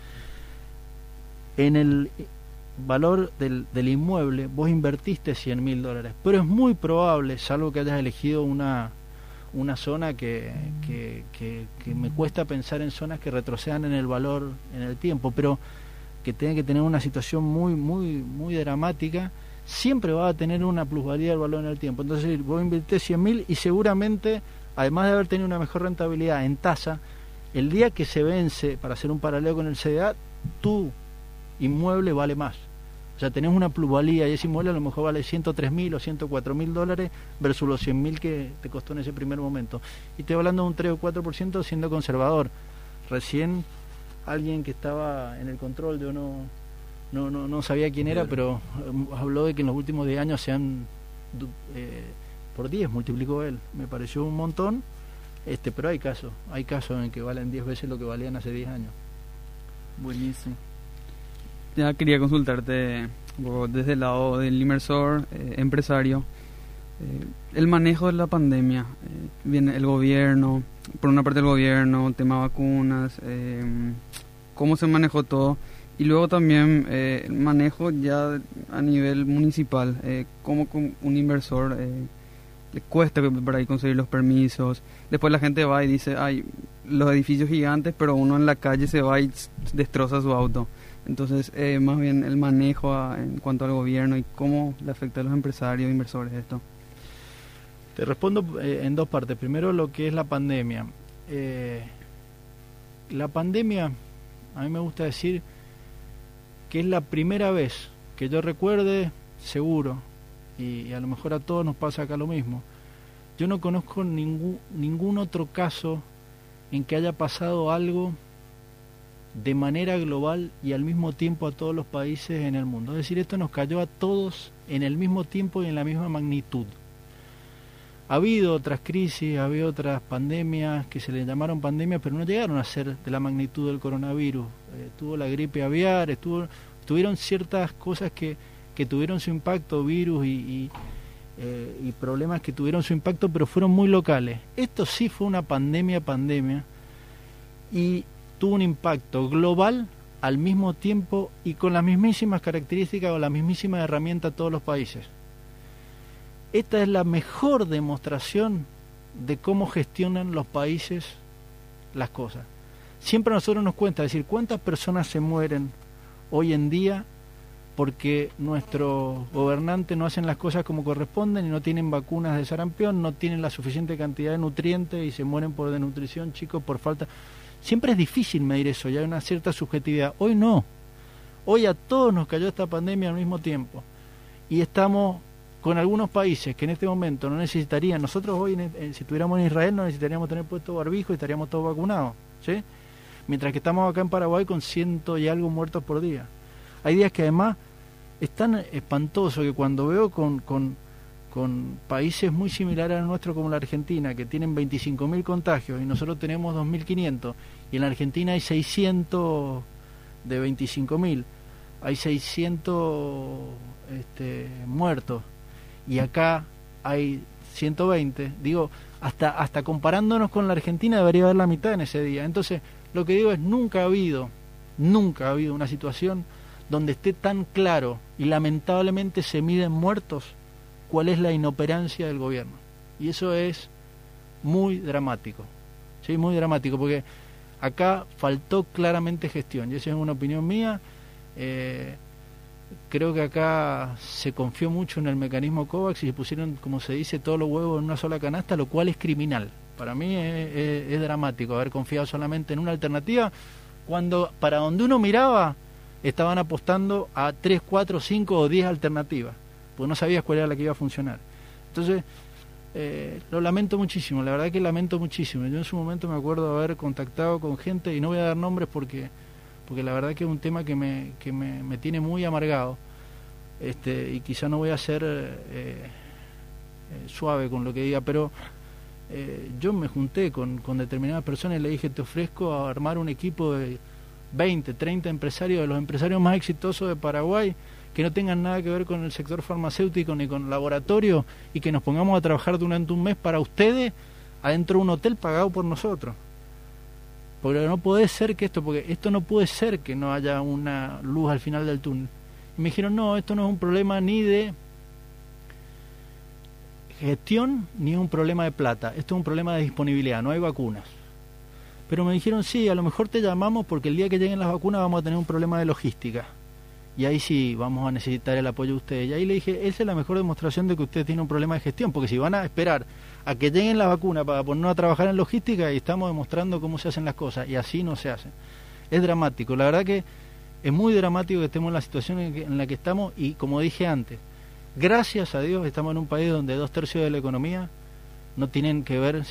En el valor del inmueble vos invertiste $100.000, pero es muy probable, salvo que hayas elegido una zona que me cuesta pensar en zonas que retrocedan en el valor en el tiempo, pero que tienen que tener una situación muy muy muy dramática, siempre va a tener una plusvalía del valor en el tiempo. Entonces vos invertís 100.000 y seguramente, además de haber tenido una mejor rentabilidad en tasa, el día que se vence, para hacer un paralelo con el CDA, tu inmueble vale más. O sea, tenés una plusvalía y ese inmueble a lo mejor vale 103.000 o 104.000 dólares versus los 100.000 que te costó en ese primer momento. Y estoy hablando de un 3 o 4% siendo conservador. Recién alguien que estaba en el control, yo no sabía quién era, pero habló de que en los últimos 10 años se han por 10 multiplicó él. Me pareció un montón, pero hay casos en que valen 10 veces lo que valían hace 10 años. Buenísimo. Ya quería consultarte desde el lado del inversor, empresario, el manejo de la pandemia. Viene el gobierno, por una parte el gobierno, tema vacunas, cómo se manejó todo, y luego también el manejo ya a nivel municipal, cómo un inversor le cuesta por ahí conseguir los permisos. Después la gente va y dice, hay los edificios gigantes, pero uno en la calle se va y destroza su auto. Entonces, más bien el manejo en cuanto al gobierno y cómo le afecta a los empresarios e inversores esto. Te respondo en dos partes. Primero, lo que es la pandemia. La pandemia, a mí me gusta decir que es la primera vez que yo recuerde, seguro, y a lo mejor a todos nos pasa acá lo mismo. Yo no conozco ningún otro caso en que haya pasado algo de manera global y al mismo tiempo a todos los países en el mundo. Es decir, esto nos cayó a todos en el mismo tiempo y en la misma magnitud. Ha habido otras crisis, ha habido otras pandemias que se le llamaron pandemias, pero no llegaron a ser de la magnitud del coronavirus. Tuvo la gripe aviar, tuvieron ciertas cosas que tuvieron su impacto, virus y problemas que tuvieron su impacto, pero fueron muy locales. Esto sí fue una pandemia, y tuvo un impacto global al mismo tiempo y con las mismísimas características o las mismísimas herramientas a todos los países. Esta es la mejor demostración de cómo gestionan los países las cosas. Siempre a nosotros nos cuenta, decir, cuántas personas se mueren hoy en día porque nuestros gobernantes no hacen las cosas como corresponden y no tienen vacunas de sarampión, no tienen la suficiente cantidad de nutrientes y se mueren por desnutrición, chicos, por falta. Siempre es difícil medir eso, ya hay una cierta subjetividad. Hoy no. Hoy a todos nos cayó esta pandemia al mismo tiempo. Y estamos con algunos países que en este momento no necesitarían. Nosotros hoy, si estuviéramos en Israel, no necesitaríamos tener puesto barbijo y estaríamos todos vacunados, ¿sí? Mientras que estamos acá en Paraguay con 100 y algo muertos por día. Hay días que además es tan espantoso que cuando veo con países muy similares al nuestro como la Argentina, que tienen 25.000 contagios y nosotros tenemos 2.500, y en la Argentina hay 600 de 25.000, hay 600 muertos, y acá hay 120, digo, hasta comparándonos con la Argentina debería haber la mitad en ese día. Entonces, lo que digo es, nunca ha habido una situación donde esté tan claro y lamentablemente se miden muertos cuál es la inoperancia del gobierno. Y eso es muy dramático, ¿sí? Muy dramático, porque acá faltó claramente gestión, y esa es una opinión mía. Creo que acá se confió mucho en el mecanismo COVAX y se pusieron, como se dice, todos los huevos en una sola canasta, lo cual es criminal. Para mí es dramático haber confiado solamente en una alternativa, cuando para donde uno miraba estaban apostando a 3, 4, 5 o 10 alternativas, porque no sabías cuál era la que iba a funcionar. Entonces, lo lamento muchísimo, la verdad que lamento muchísimo. Yo en su momento me acuerdo de haber contactado con gente, y no voy a dar nombres porque la verdad que es un tema que me tiene muy amargado, y quizá no voy a ser suave con lo que diga, pero yo me junté con determinadas personas y le dije, te ofrezco a armar un equipo de 20, 30 empresarios, de los empresarios más exitosos de Paraguay, que no tengan nada que ver con el sector farmacéutico ni con laboratorio, y que nos pongamos a trabajar durante un mes para ustedes adentro de un hotel pagado por nosotros. Porque no puede ser porque esto no puede ser que no haya una luz al final del túnel. Y me dijeron, no, esto no es un problema ni de gestión ni es un problema de plata, esto es un problema de disponibilidad, no hay vacunas. Pero me dijeron, sí, a lo mejor te llamamos porque el día que lleguen las vacunas vamos a tener un problema de logística, y ahí sí vamos a necesitar el apoyo de ustedes. Y ahí le dije, esa es la mejor demostración de que ustedes tienen un problema de gestión, porque si van a esperar a que lleguen las vacunas para ponernos a trabajar en logística, y estamos demostrando cómo se hacen las cosas, y así no se hacen. Es dramático, la verdad que Es muy dramático que estemos en la situación en la que estamos y, como dije antes, gracias a Dios estamos en un país donde 2/3 de la economía no tienen que ver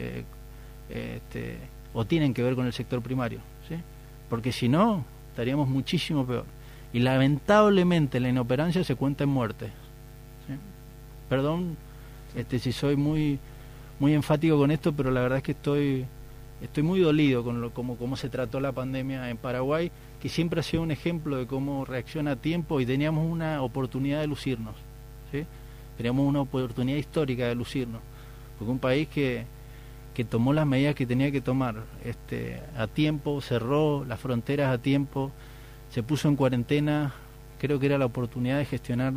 o tienen que ver con el sector primario, ¿sí? Porque si no, estaríamos muchísimo peor. Y lamentablemente la inoperancia se cuenta en muertes, ¿sí? Perdón si soy muy enfático con esto, pero la verdad es que estoy muy dolido con cómo se trató la pandemia en Paraguay, que siempre ha sido un ejemplo de cómo reacciona a tiempo, y teníamos una oportunidad de lucirnos, ¿sí? Teníamos una oportunidad histórica de lucirnos, porque un país que tomó las medidas que tenía que tomar a tiempo, cerró las fronteras a tiempo, se puso en cuarentena, creo que era la oportunidad de gestionar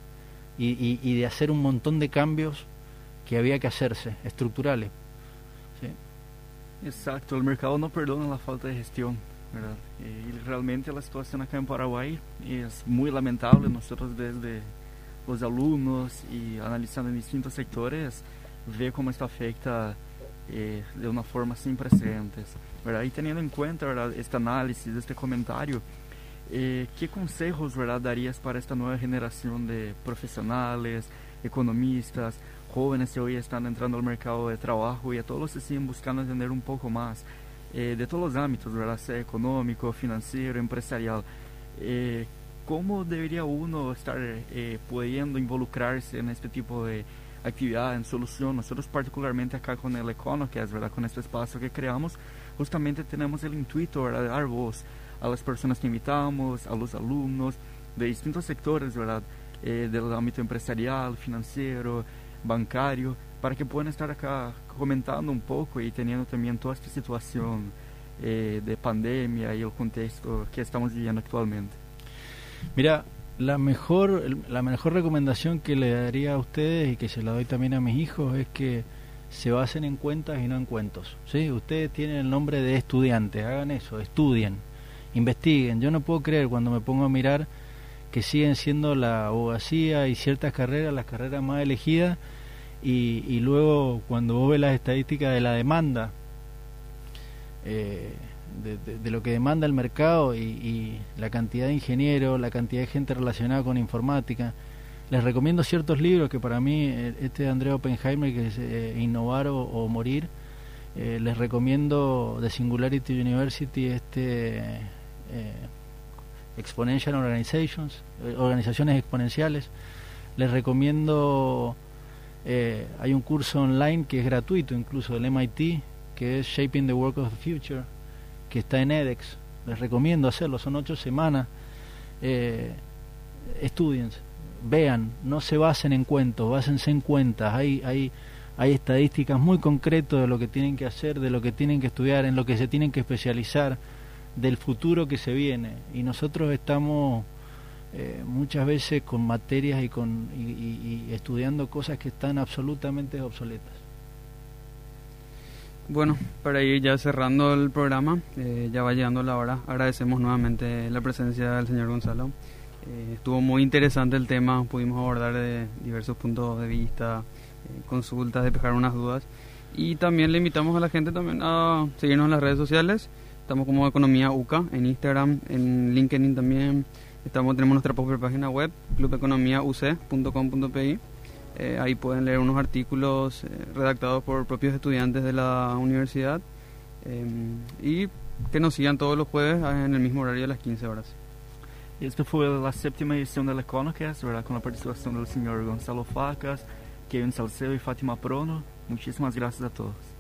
y de hacer un montón de cambios que había que hacerse, estructurales, ¿sí? Exacto, el mercado no perdona la falta de gestión, ¿verdad? Y realmente la situación acá en Paraguay es muy lamentable. Nosotros desde los alumnos y analizando en distintos sectores, ve cómo esto afecta de una forma sin precedentes, ¿verdad? Y teniendo en cuenta, ¿verdad?, este análisis, este comentario, ¿qué consejos, ¿verdad?, darías para esta nueva generación de profesionales, economistas, jóvenes que hoy están entrando al mercado de trabajo, y a todos los que siguen buscando entender un poco más de todos los ámbitos, ¿verdad?, sea económico, financiero, empresarial? ¿Cómo debería uno estar pudiendo involucrarse en este tipo de actividad, en solución? Nosotros particularmente acá con el EconoCast, ¿verdad?, con este espacio que creamos, justamente tenemos el intuito, ¿verdad?, de dar voz a las personas que invitamos, a los alumnos de distintos sectores, ¿verdad?, del ámbito empresarial, financiero, bancario, para que puedan estar acá comentando un poco y teniendo también toda esta situación de pandemia y el contexto que estamos viviendo actualmente. Mira, la mejor recomendación que le daría a ustedes, y que se la doy también a mis hijos, es que se basen en cuentas y no en cuentos, ¿sí? Ustedes tienen el nombre de estudiantes, hagan eso, estudien, investiguen. Yo no puedo creer, cuando me pongo a mirar, que siguen siendo la abogacía y ciertas carreras las carreras más elegidas, y luego cuando vos ves las estadísticas de la demanda, de lo que demanda el mercado, y la cantidad de ingenieros, la cantidad de gente relacionada con informática. Les recomiendo ciertos libros que para mí, de Andrea Oppenheimer, que es Innovar o Morir. Les recomiendo de Singularity University, Exponential Organizations, organizaciones exponenciales. Les recomiendo, hay un curso online que es gratuito incluso del MIT, que es Shaping the Work of the Future, que está en edX. Les recomiendo hacerlo, son 8 semanas. Estudien, vean, no se basen en cuentos, básense en cuentas. Hay estadísticas muy concretas de lo que tienen que hacer, de lo que tienen que estudiar, en lo que se tienen que especializar, del futuro que se viene. Y nosotros estamos muchas veces con materias y estudiando cosas que están absolutamente obsoletas. Bueno, para ir ya cerrando el programa, ya va llegando la hora. Agradecemos nuevamente la presencia del señor Gonzalo. Estuvo muy interesante el tema, pudimos abordar de diversos puntos de vista, consultas, despejar unas dudas. Y también le invitamos a la gente también a seguirnos en las redes sociales. Estamos como Economía UCA en Instagram, en LinkedIn también. Tenemos nuestra propia página web, clubeconomiauc.com.pi. Ahí pueden leer unos artículos redactados por propios estudiantes de la universidad, y que nos sigan todos los jueves en el mismo horario de las 15 horas. Esta fue la 7ª edición del EconoCast, ¿verdad?, con la participación del señor Gonzalo Facas, Kevin Salcedo y Fátima Prono. Muchísimas gracias a todos.